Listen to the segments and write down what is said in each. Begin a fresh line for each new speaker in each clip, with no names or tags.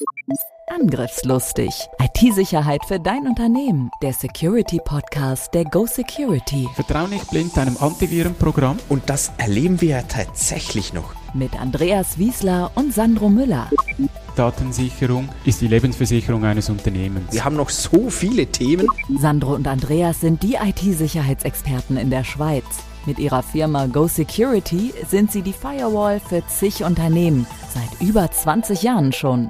Angriffslustig. IT-Sicherheit für dein Unternehmen. Der Security-Podcast der Go Security.
Vertrau nicht blind deinem Antivirenprogramm.
Und das erleben wir ja tatsächlich noch.
Mit Andreas Wiesler und Sandro Müller.
Datensicherung ist die Lebensversicherung eines Unternehmens.
Wir haben noch so viele Themen.
Sandro und Andreas sind die IT-Sicherheitsexperten in der Schweiz. Mit ihrer Firma Go Security sind sie die Firewall für zig Unternehmen. Seit über 20 Jahren schon.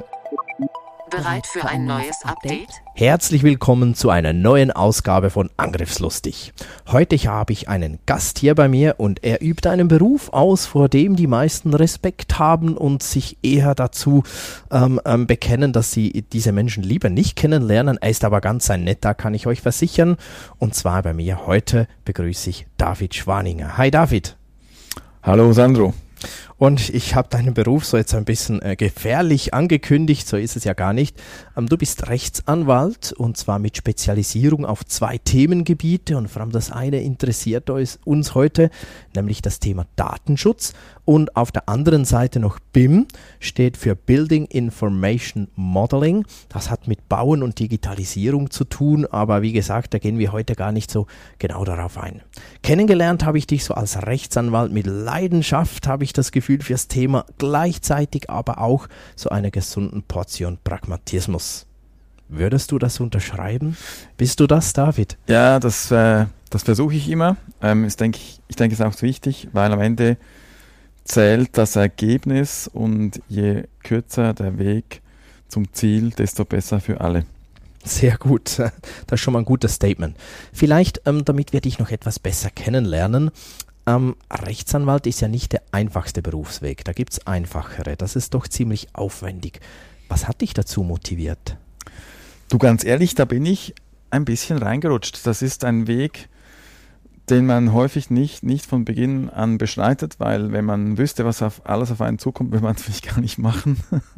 Bereit für ein neues Update?
Herzlich willkommen zu einer neuen Ausgabe von Angriffslustig. Heute habe ich einen Gast hier bei mir und er übt einen Beruf aus, vor dem die meisten Respekt haben und sich eher dazu bekennen, dass sie diese Menschen lieber nicht kennenlernen. Er ist aber ganz ein netter, kann ich euch versichern. Und zwar bei mir heute begrüße ich David Schwaninger. Hi David.
Hallo Sandro.
Und ich habe deinen Beruf so jetzt ein bisschen gefährlich angekündigt, so ist es ja gar nicht. Du bist Rechtsanwalt und zwar mit Spezialisierung auf 2 Themengebiete und vor allem das eine interessiert uns heute, nämlich das Thema Datenschutz. Und auf der anderen Seite noch BIM, steht für Building Information Modeling. Das hat mit Bauen und Digitalisierung zu tun, aber wie gesagt, da gehen wir heute gar nicht so genau darauf ein. Kennengelernt habe ich dich so als Rechtsanwalt mit Leidenschaft, habe ich das Gefühl, fürs Thema, gleichzeitig aber auch so einer gesunden Portion Pragmatismus. Würdest du das unterschreiben? Bist du das, David?
Ja, das versuche ich immer. Ich denke, es ist auch wichtig, weil am Ende zählt das Ergebnis und je kürzer der Weg zum Ziel, desto besser für alle.
Sehr gut, das ist schon mal ein gutes Statement. Vielleicht, damit wir dich noch etwas besser kennenlernen, Rechtsanwalt ist ja nicht der einfachste Berufsweg, da gibt es einfachere, das ist doch ziemlich aufwendig. Was hat dich dazu motiviert?
Du, ganz ehrlich, da bin ich ein bisschen reingerutscht. Das ist ein Weg, den man häufig nicht von Beginn an beschreitet, weil wenn man wüsste, was alles auf einen zukommt, würde man es vielleicht gar nicht machen.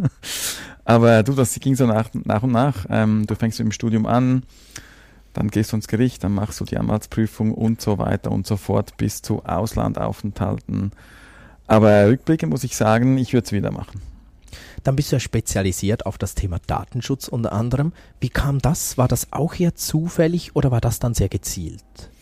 Aber du, das ging so nach und nach. Du fängst mit dem Studium an, dann gehst du ins Gericht, dann machst du die Anwaltsprüfung und so weiter und so fort bis zu Auslandaufenthalten. Aber rückblickend muss ich sagen, ich würde es wieder machen.
Dann bist du ja spezialisiert auf das Thema Datenschutz unter anderem. Wie kam das? War das auch eher zufällig oder war das dann sehr gezielt?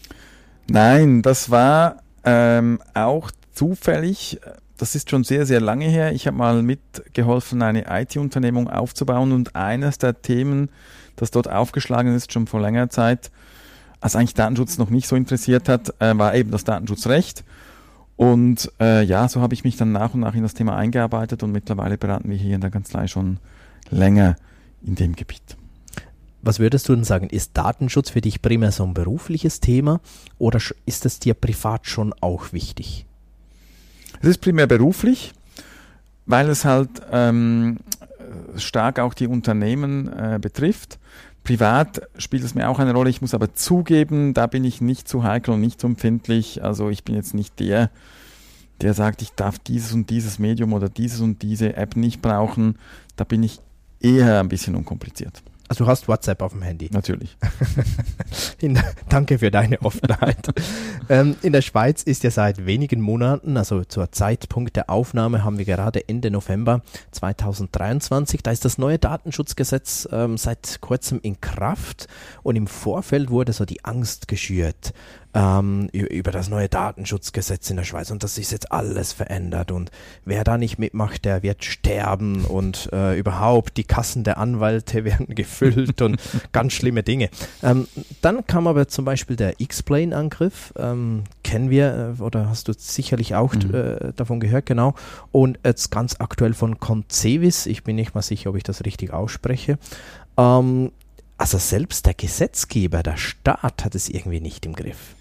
Nein, das war auch zufällig. Das ist schon sehr, sehr lange her. Ich habe mal mitgeholfen, eine IT-Unternehmung aufzubauen und eines der Themen, das dort aufgeschlagen ist, schon vor längerer Zeit, als eigentlich Datenschutz noch nicht so interessiert hat, war eben das Datenschutzrecht. Und so habe ich mich dann nach und nach in das Thema eingearbeitet und mittlerweile beraten wir hier in der Kanzlei schon länger in dem Gebiet.
Was würdest du denn sagen, ist Datenschutz für dich primär so ein berufliches Thema oder ist es dir privat schon auch wichtig?
Es ist primär beruflich, weil es halt stark auch die Unternehmen betrifft. Privat spielt es mir auch eine Rolle. Ich muss aber zugeben, da bin ich nicht zu heikel und nicht zu empfindlich. Also ich bin jetzt nicht der sagt, ich darf dieses und dieses Medium oder dieses und diese App nicht brauchen. Da bin ich eher ein bisschen unkompliziert.
Also du hast WhatsApp auf dem Handy?
Natürlich.
Danke für deine Offenheit. In der Schweiz ist ja seit wenigen Monaten, also zur Zeitpunkt der Aufnahme haben wir gerade Ende November 2023, da ist das neue Datenschutzgesetz seit kurzem in Kraft und im Vorfeld wurde so die Angst geschürt über das neue Datenschutzgesetz in der Schweiz und das ist jetzt alles verändert und wer da nicht mitmacht, der wird sterben und überhaupt die Kassen der Anwälte werden gefüllt und ganz schlimme Dinge. Dann kam aber zum Beispiel der X-Plane-Angriff, kennen wir oder hast du sicherlich auch davon gehört, genau, und jetzt ganz aktuell von Concevis, ich bin nicht mal sicher, ob ich das richtig ausspreche. Also selbst der Gesetzgeber, der Staat hat es irgendwie nicht im Griff.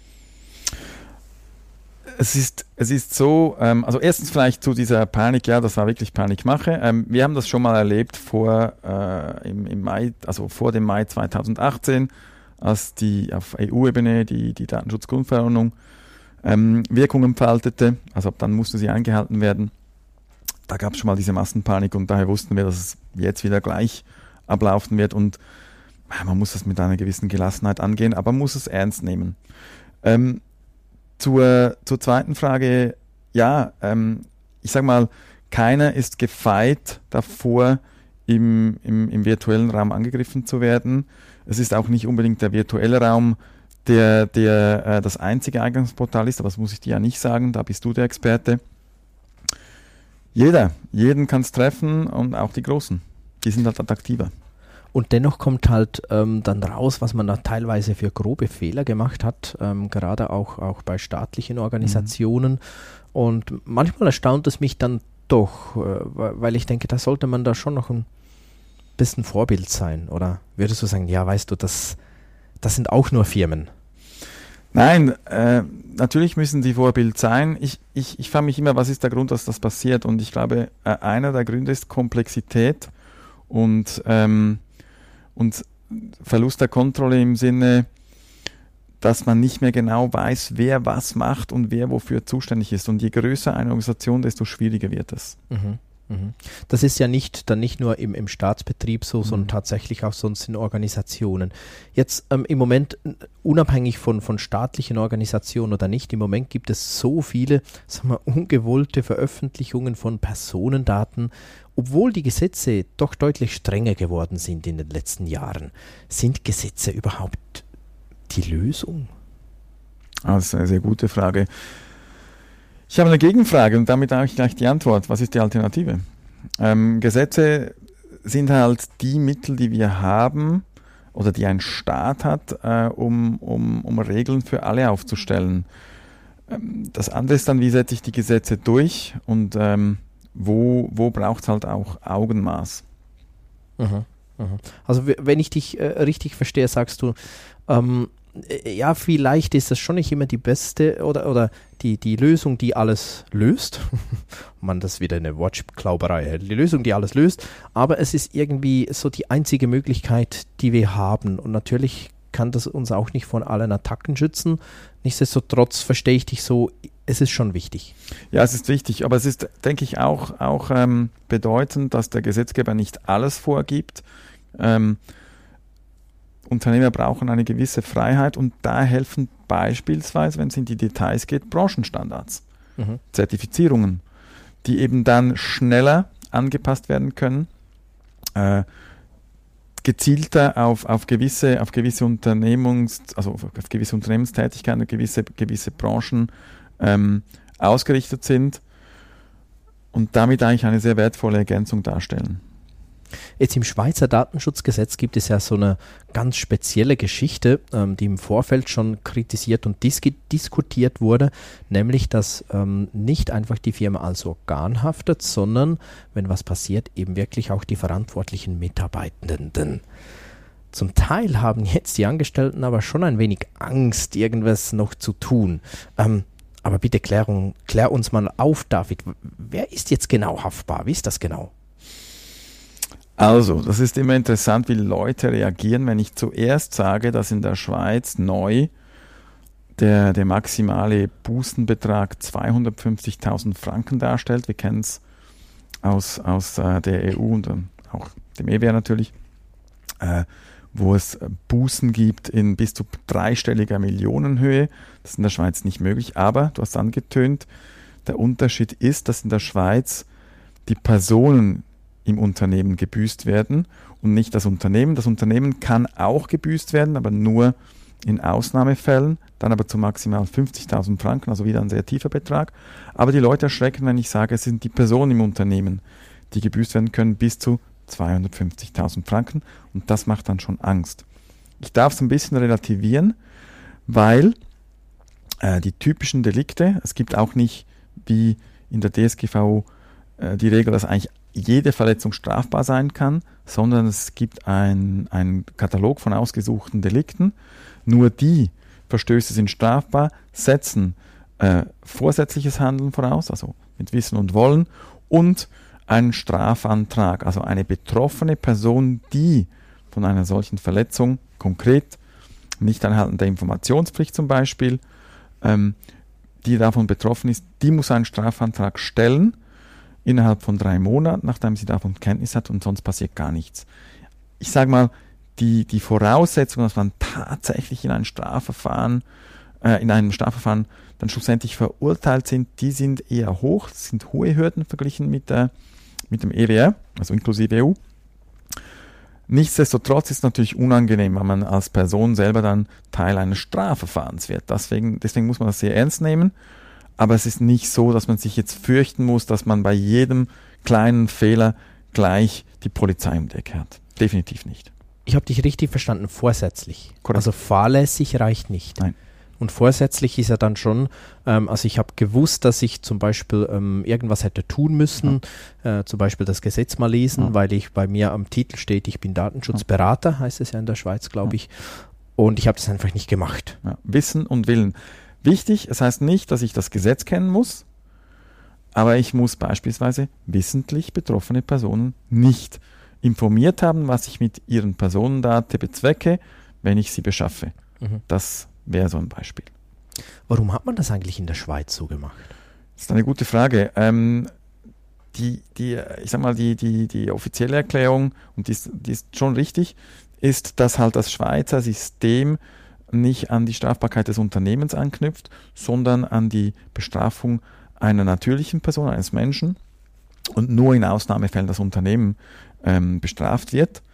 Es ist so, also erstens vielleicht zu dieser Panik, ja, das war wirklich Panikmache. Wir haben das schon mal erlebt im Mai, also vor dem Mai 2018, als die auf EU-Ebene die Datenschutzgrundverordnung Wirkung entfaltete, also dann musste sie eingehalten werden. Da gab es schon mal diese Massenpanik und daher wussten wir, dass es jetzt wieder gleich ablaufen wird und man muss das mit einer gewissen Gelassenheit angehen, aber man muss es ernst nehmen. Zur zweiten Frage, ja, ich sag mal, keiner ist gefeit davor, im virtuellen Raum angegriffen zu werden. Es ist auch nicht unbedingt der virtuelle Raum, der das einzige Eingangsportal ist, aber das muss ich dir ja nicht sagen, da bist du der Experte. Jeden kann es treffen und auch die Großen. Die sind halt attraktiver.
Und dennoch kommt halt dann raus, was man da teilweise für grobe Fehler gemacht hat, gerade auch bei staatlichen Organisationen. Und manchmal erstaunt es mich dann doch, weil ich denke, da sollte man da schon noch ein bisschen Vorbild sein. Oder würdest du sagen, ja, weißt du, das sind auch nur Firmen?
Nein, natürlich müssen sie Vorbild sein. Ich frage mich immer, was ist der Grund, dass das passiert? Und ich glaube, einer der Gründe ist Komplexität und Verlust der Kontrolle im Sinne, dass man nicht mehr genau weiß, wer was macht und wer wofür zuständig ist. Und je größer eine Organisation, desto schwieriger wird es.
Das ist ja nicht nur im Staatsbetrieb so, sondern tatsächlich auch sonst in Organisationen. Jetzt im Moment, unabhängig von staatlichen Organisationen oder nicht, im Moment gibt es so viele, sagen wir, ungewollte Veröffentlichungen von Personendaten, obwohl die Gesetze doch deutlich strenger geworden sind in den letzten Jahren. Sind Gesetze überhaupt die Lösung?
Das ist eine sehr gute Frage. Ich habe eine Gegenfrage und damit habe ich gleich die Antwort. Was ist die Alternative? Gesetze sind halt die Mittel, die wir haben oder die ein Staat hat, um Regeln für alle aufzustellen. Das andere ist dann, wie setze ich die Gesetze durch und wo braucht es halt auch Augenmaß.
Also wenn ich dich richtig verstehe, sagst du, ja, vielleicht ist das schon nicht immer die beste oder die Lösung, die alles löst. Mann, das ist wieder eine Wortklauberei. Die Lösung, die alles löst. Aber es ist irgendwie so die einzige Möglichkeit, die wir haben. Und natürlich kann das uns auch nicht von allen Attacken schützen. Nichtsdestotrotz verstehe ich dich so, es ist schon wichtig.
Ja, es ist wichtig. Aber es ist, denke ich, auch bedeutend, dass der Gesetzgeber nicht alles vorgibt. Unternehmer brauchen eine gewisse Freiheit und da helfen beispielsweise, wenn es in die Details geht, Branchenstandards, Zertifizierungen, die eben dann schneller angepasst werden können, gezielter auf gewisse Unternehmenstätigkeiten, gewisse Branchen ausgerichtet sind und damit eigentlich eine sehr wertvolle Ergänzung darstellen.
Jetzt im Schweizer Datenschutzgesetz gibt es ja so eine ganz spezielle Geschichte, die im Vorfeld schon kritisiert und diskutiert wurde, nämlich, dass nicht einfach die Firma als Organ haftet, sondern, wenn was passiert, eben wirklich auch die verantwortlichen Mitarbeitenden. Zum Teil haben jetzt die Angestellten aber schon ein wenig Angst, irgendwas noch zu tun. Aber bitte klär uns mal auf, David, wer ist jetzt genau haftbar? Wie ist das genau?
Also, das ist immer interessant, wie Leute reagieren, wenn ich zuerst sage, dass in der Schweiz neu der maximale Bußenbetrag 250.000 Franken darstellt. Wir kennen es aus der EU und auch dem EWR natürlich, wo es Bußen gibt in bis zu dreistelliger Millionenhöhe. Das ist in der Schweiz nicht möglich, aber du hast angetönt, der Unterschied ist, dass in der Schweiz die Personen im Unternehmen gebüßt werden und nicht das Unternehmen. Das Unternehmen kann auch gebüßt werden, aber nur in Ausnahmefällen, dann aber zu maximal 50.000 Franken, also wieder ein sehr tiefer Betrag. Aber die Leute erschrecken, wenn ich sage, es sind die Personen im Unternehmen, die gebüßt werden können, bis zu 250.000 Franken und das macht dann schon Angst. Ich darf es ein bisschen relativieren, weil die typischen Delikte, es gibt auch nicht wie in der DSGVO die Regel, dass eigentlich jede Verletzung strafbar sein kann, sondern es gibt einen Katalog von ausgesuchten Delikten. Nur die Verstöße sind strafbar, setzen vorsätzliches Handeln voraus, also mit Wissen und Wollen, und einen Strafantrag, also eine betroffene Person, die von einer solchen Verletzung konkret nicht einhalten der Informationspflicht zum Beispiel, die davon betroffen ist, die muss einen Strafantrag stellen, innerhalb von 3 Monaten, nachdem sie davon Kenntnis hat und sonst passiert gar nichts. Ich sage mal, die Voraussetzung, dass man tatsächlich in einem Strafverfahren dann schlussendlich verurteilt sind, die sind eher hoch, das sind hohe Hürden verglichen mit dem EWR, also inklusive EU. Nichtsdestotrotz ist es natürlich unangenehm, wenn man als Person selber dann Teil eines Strafverfahrens wird. Deswegen muss man das sehr ernst nehmen. Aber es ist nicht so, dass man sich jetzt fürchten muss, dass man bei jedem kleinen Fehler gleich die Polizei um die Ecke hat. Definitiv nicht.
Ich habe dich richtig verstanden, vorsätzlich.
Korrekt.
Also fahrlässig reicht nicht.
Nein.
Und vorsätzlich ist ja dann schon, also ich habe gewusst, dass ich zum Beispiel irgendwas hätte tun müssen, zum Beispiel das Gesetz mal lesen, weil bei mir am Titel steht, ich bin Datenschutzberater, heißt es ja in der Schweiz, glaube ich. Und ich habe das einfach nicht gemacht.
Ja. Wissen und Willen. Wichtig, es heißt nicht, dass ich das Gesetz kennen muss, aber ich muss beispielsweise wissentlich betroffene Personen nicht informiert haben, was ich mit ihren Personendaten bezwecke, wenn ich sie beschaffe. Das wäre so ein Beispiel.
Warum hat man das eigentlich in der Schweiz so gemacht?
Das ist eine gute Frage. Die offizielle Erklärung, und die ist schon richtig, ist, dass halt das Schweizer System nicht an die Strafbarkeit des Unternehmens anknüpft, sondern an die Bestrafung einer natürlichen Person, eines Menschen, und nur in Ausnahmefällen das Unternehmen bestraft wird.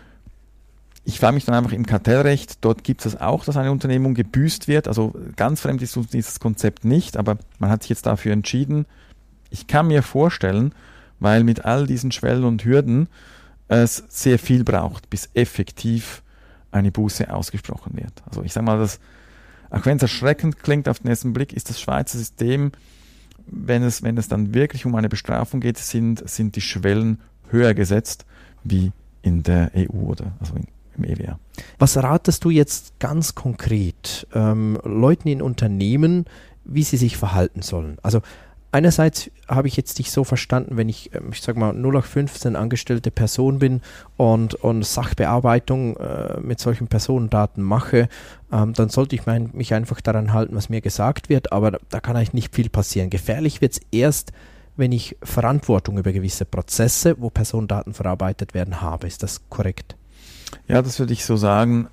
Ich frage mich dann einfach im Kartellrecht, dort gibt es auch, dass eine Unternehmung gebüßt wird. Also ganz fremd ist uns dieses Konzept nicht, aber man hat sich jetzt dafür entschieden. Ich kann mir vorstellen, weil mit all diesen Schwellen und Hürden es sehr viel braucht, bis effektiv eine Buße ausgesprochen wird. Also ich sage mal, auch wenn es erschreckend klingt auf den ersten Blick, ist das Schweizer System, wenn es dann wirklich um eine Bestrafung geht, sind die Schwellen höher gesetzt wie in der EU oder also im EWR.
Was ratest du jetzt ganz konkret Leuten in Unternehmen, wie sie sich verhalten sollen? Also einerseits habe ich jetzt dich so verstanden, wenn ich sage mal 0815 angestellte Person bin und Sachbearbeitung mit solchen Personendaten mache, dann sollte ich mich einfach daran halten, was mir gesagt wird, aber da kann eigentlich nicht viel passieren. Gefährlich wird es erst, wenn ich Verantwortung über gewisse Prozesse, wo Personendaten verarbeitet werden, habe. Ist das korrekt?
Ja, das würde ich so sagen.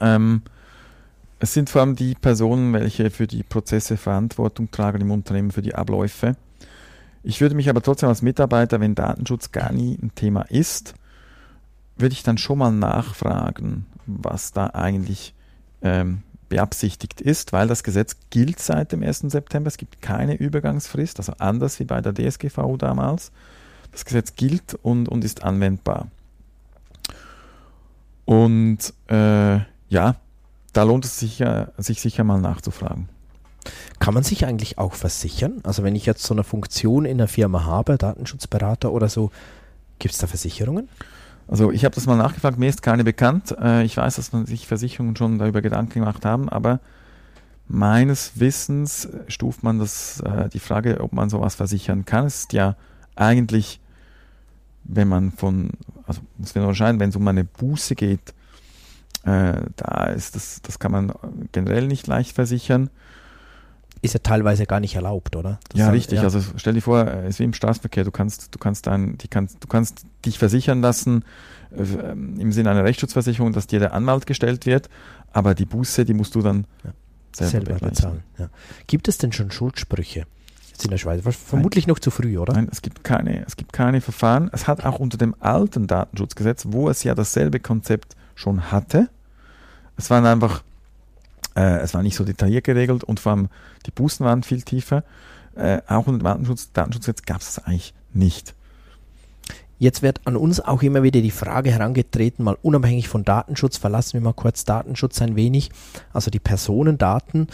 Es sind vor allem die Personen, welche für die Prozesse Verantwortung tragen im Unternehmen, für die Abläufe. Ich würde mich aber trotzdem als Mitarbeiter, wenn Datenschutz gar nie ein Thema ist, würde ich dann schon mal nachfragen, was da eigentlich beabsichtigt ist, weil das Gesetz gilt seit dem 1. September. Es gibt keine Übergangsfrist, also anders wie bei der DSGVO damals. Das Gesetz gilt und ist anwendbar. Und da lohnt es sich sicher mal nachzufragen.
Kann man sich eigentlich auch versichern? Also wenn ich jetzt so eine Funktion in der Firma habe, Datenschutzberater oder so, gibt es da Versicherungen?
Also ich habe das mal nachgefragt, mir ist keine bekannt. Ich weiß, dass man sich Versicherungen schon darüber Gedanken gemacht haben, aber meines Wissens stuft man die Frage, ob man sowas versichern kann. Es ist ja eigentlich, wenn man muss man unterscheiden, wenn es um eine Buße geht, da ist das kann man generell nicht leicht versichern.
Ist ja teilweise gar nicht erlaubt, oder?
Ja, richtig. Ja. Also stell dir vor, es ist wie im Straßenverkehr. Du kannst dich versichern lassen im Sinne einer Rechtsschutzversicherung, dass dir der Anwalt gestellt wird, aber die Buße, die musst du dann selber bezahlen.
Ja. Gibt es denn schon Schuldsprüche jetzt in der Schweiz? Vermutlich noch zu früh, oder?
Nein, es gibt keine Verfahren. Es hat auch unter dem alten Datenschutzgesetz, wo es ja dasselbe Konzept schon hatte, es war nicht so detailliert geregelt und vor allem die Bußen waren viel tiefer. Auch unter dem Datenschutzgesetz gab es das eigentlich nicht.
Jetzt wird an uns auch immer wieder die Frage herangetreten, mal unabhängig von Datenschutz, verlassen wir mal kurz Datenschutz ein wenig, also die Personendaten.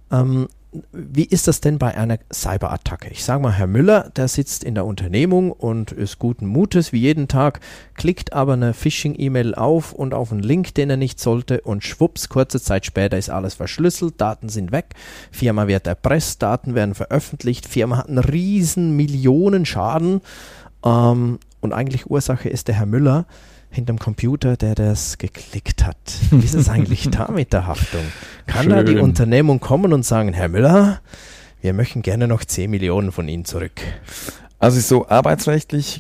Wie ist das denn bei einer Cyberattacke? Ich sage mal, Herr Müller, der sitzt in der Unternehmung und ist guten Mutes wie jeden Tag, klickt aber eine Phishing-E-Mail auf und auf einen Link, den er nicht sollte und schwupps, kurze Zeit später ist alles verschlüsselt, Daten sind weg, Firma wird erpresst, Daten werden veröffentlicht, Firma hat einen riesen Millionenschaden und eigentlich Ursache ist der Herr Müller hinterm Computer, der das geklickt hat. Wie ist es eigentlich da mit der Haftung? Kann da die Unternehmung kommen und sagen, Herr Müller, wir möchten gerne noch 10 Millionen von Ihnen zurück?
Also so arbeitsrechtlich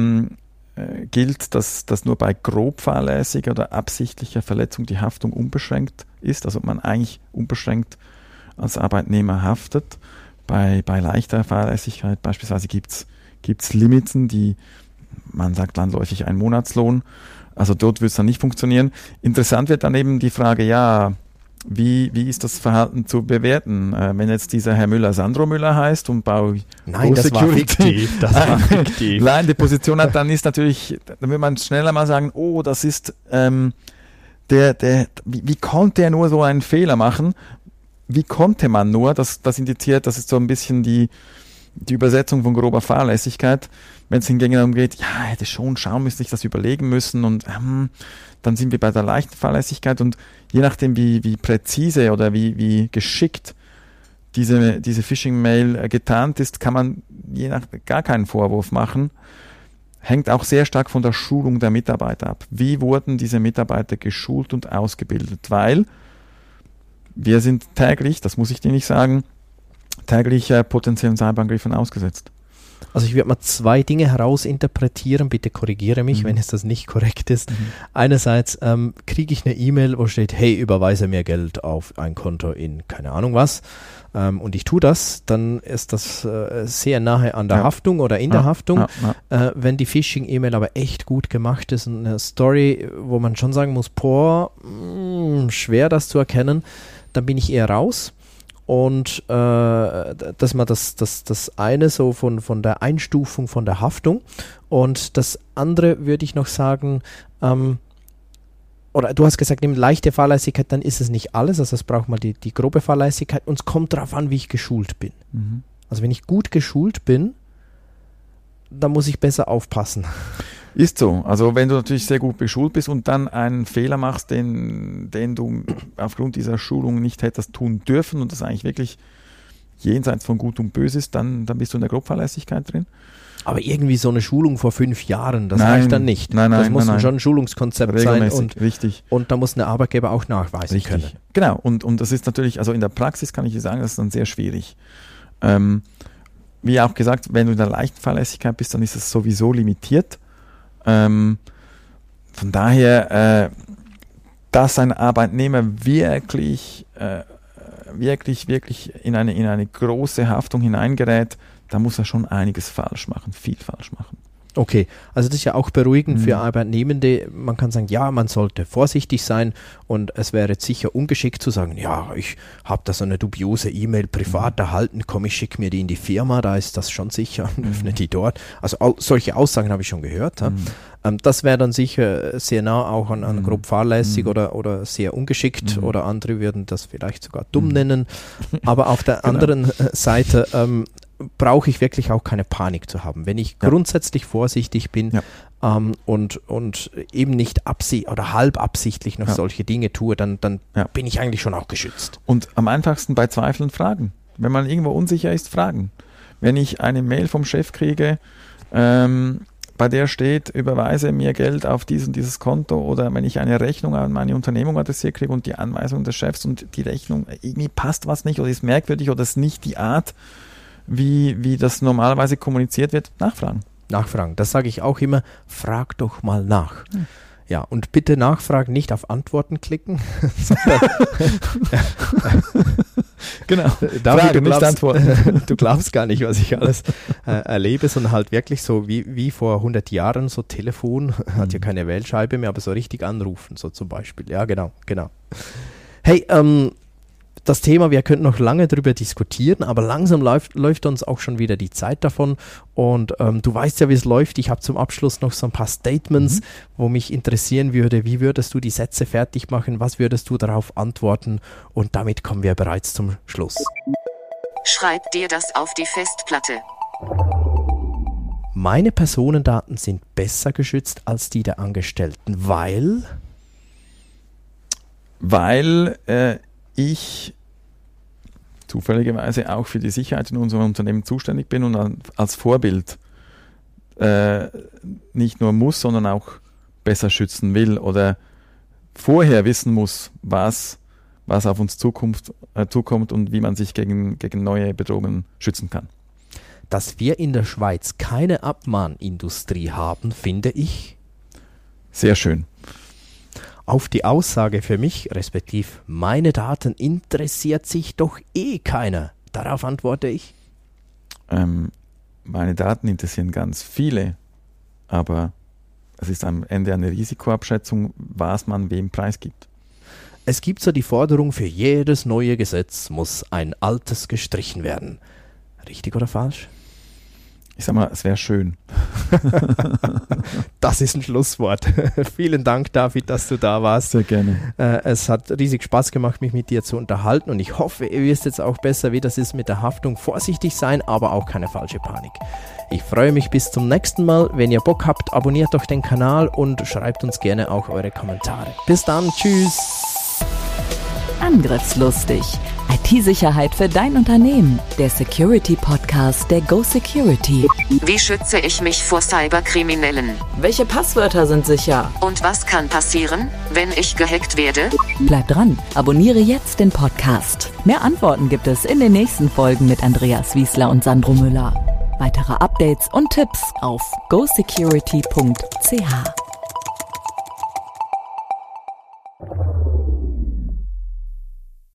gilt, dass nur bei grob fahrlässiger oder absichtlicher Verletzung die Haftung unbeschränkt ist, also man eigentlich unbeschränkt als Arbeitnehmer haftet. Bei leichter Fahrlässigkeit beispielsweise gibt's Limiten, die man sagt landläufig ein Monatslohn. Also dort wird es dann nicht funktionieren. Interessant wird dann eben die Frage, ja, wie ist das Verhalten zu bewerten? Wenn jetzt dieser Herr Müller Sandro Müller heißt und bei
Nein, das war fiktiv. Das war fiktiv.
leitende Position hat, dann ist natürlich, dann würde man schneller mal sagen, oh, das ist wie konnte er nur so einen Fehler machen? Wie konnte man nur? Das indiziert, das ist so ein bisschen die Übersetzung von grober Fahrlässigkeit. Wenn es hingegen darum geht, ja, hätte schon schauen müssen, sich das überlegen müssen und dann sind wir bei der leichten Fahrlässigkeit und je nachdem, wie präzise oder wie geschickt diese Phishing-Mail getarnt ist, kann man gar keinen Vorwurf machen. Hängt auch sehr stark von der Schulung der Mitarbeiter ab. Wie wurden diese Mitarbeiter geschult und ausgebildet? Weil wir sind täglich, das muss ich dir nicht sagen, täglich potenziellen Cyberangriffen ausgesetzt.
Also ich werde mal 2 Dinge herausinterpretieren, bitte korrigiere mich, wenn es das nicht korrekt ist. Einerseits kriege ich eine E-Mail, wo steht, hey, überweise mir Geld auf ein Konto in keine Ahnung was und ich tue das, dann ist das sehr nahe an der Haftung oder in der Haftung. Wenn die Phishing-E-Mail aber echt gut gemacht ist und eine Story, wo man schon sagen muss, schwer das zu erkennen, dann bin ich eher raus. Und dass man das eine so von der Einstufung von der Haftung und das andere würde ich noch sagen, oder du hast gesagt, eben leichte Fahrlässigkeit, dann ist es nicht alles, also es braucht mal die grobe Fahrlässigkeit und es kommt darauf an, wie ich geschult bin. Also wenn ich gut geschult bin, dann muss ich besser aufpassen.
Ist so. Also wenn du natürlich sehr gut beschult bist und dann einen Fehler machst, den du aufgrund dieser Schulung nicht hättest tun dürfen und das eigentlich wirklich jenseits von Gut und Böse ist, dann bist du in der Grobfahrlässigkeit drin.
Aber irgendwie so eine Schulung vor 5 Jahren, das reicht dann nicht. Das muss schon ein Schulungskonzept sein und da muss ein Arbeitgeber auch nachweisen können.
Genau, und das ist natürlich, also in der Praxis kann ich dir sagen, das ist dann sehr schwierig. Wie auch gesagt, wenn du in der leichten Fahrlässigkeit bist, dann ist es sowieso limitiert. Von daher, dass ein Arbeitnehmer wirklich in eine große Haftung hineingerät, da muss er schon einiges falsch machen, viel falsch machen.
Okay, also das ist ja auch beruhigend für Arbeitnehmende. Man kann sagen, ja, man sollte vorsichtig sein und es wäre jetzt sicher ungeschickt zu sagen, ja, ich habe da so eine dubiose E-Mail privat erhalten, komm, ich schicke mir die in die Firma, da ist das schon sicher und öffne die dort. Also solche Aussagen habe ich schon gehört. Das wäre dann sicher sehr nah auch an grob fahrlässig oder sehr ungeschickt oder andere würden das vielleicht sogar dumm nennen. Aber auf der anderen Seite brauche ich wirklich auch keine Panik zu haben. Wenn ich grundsätzlich vorsichtig bin und eben nicht halb absichtlich noch solche Dinge tue, dann bin ich eigentlich schon auch geschützt.
Und am einfachsten bei Zweifeln fragen. Wenn man irgendwo unsicher ist, fragen. Wenn ich eine Mail vom Chef kriege, bei der steht, überweise mir Geld auf dieses Konto, oder wenn ich eine Rechnung an meine Unternehmung adressiert kriege und die Anweisung des Chefs und die Rechnung, irgendwie passt was nicht oder ist merkwürdig oder ist nicht die Art, wie das normalerweise kommuniziert wird, nachfragen.
Nachfragen, das sage ich auch immer, frag doch mal nach. Ja, und bitte nachfragen, nicht auf Antworten klicken.
Genau,
David, nicht antworten. Du glaubst gar nicht, was ich alles erlebe, sondern halt wirklich so wie vor 100 Jahren, so Telefon, hat ja keine Wählscheibe mehr, aber so richtig anrufen, so zum Beispiel. Ja, genau. Hey, das Thema, wir könnten noch lange darüber diskutieren, aber langsam läuft uns auch schon wieder die Zeit davon und du weißt ja, wie es läuft. Ich habe zum Abschluss noch so ein paar Statements, wo mich interessieren würde, wie würdest du die Sätze fertig machen, was würdest du darauf antworten und damit kommen wir bereits zum Schluss.
Schreib dir das auf die Festplatte.
Meine Personendaten sind besser geschützt als die der Angestellten, weil ich
zufälligerweise auch für die Sicherheit in unserem Unternehmen zuständig bin und als Vorbild nicht nur muss, sondern auch besser schützen will oder vorher wissen muss, was auf uns zukommt und wie man sich gegen neue Bedrohungen schützen kann.
Dass wir in der Schweiz keine Abmahnindustrie haben, finde ich
sehr schön.
Auf die Aussage für mich, respektive meine Daten, interessiert sich doch keiner. Darauf antworte ich.
Meine Daten interessieren ganz viele, aber es ist am Ende eine Risikoabschätzung, was man wem preisgibt.
Es gibt so die Forderung, für jedes neue Gesetz muss ein altes gestrichen werden. Richtig oder falsch?
Ich sag mal, es wäre schön.
Das ist ein Schlusswort. Vielen Dank, David, dass du da warst.
Sehr gerne.
Es hat riesig Spaß gemacht, mich mit dir zu unterhalten und ich hoffe, ihr wisst jetzt auch besser, wie das ist mit der Haftung. Vorsichtig sein, aber auch keine falsche Panik. Ich freue mich bis zum nächsten Mal. Wenn ihr Bock habt, abonniert doch den Kanal und schreibt uns gerne auch eure Kommentare. Bis dann, tschüss.
Angriffslustig. IT-Sicherheit für dein Unternehmen. Der Security-Podcast der Go Security.
Wie schütze ich mich vor Cyberkriminellen?
Welche Passwörter sind sicher?
Und was kann passieren, wenn ich gehackt werde?
Bleib dran, abonniere jetzt den Podcast. Mehr Antworten gibt es in den nächsten Folgen mit Andreas Wiesler und Sandro Müller. Weitere Updates und Tipps auf gosecurity.ch.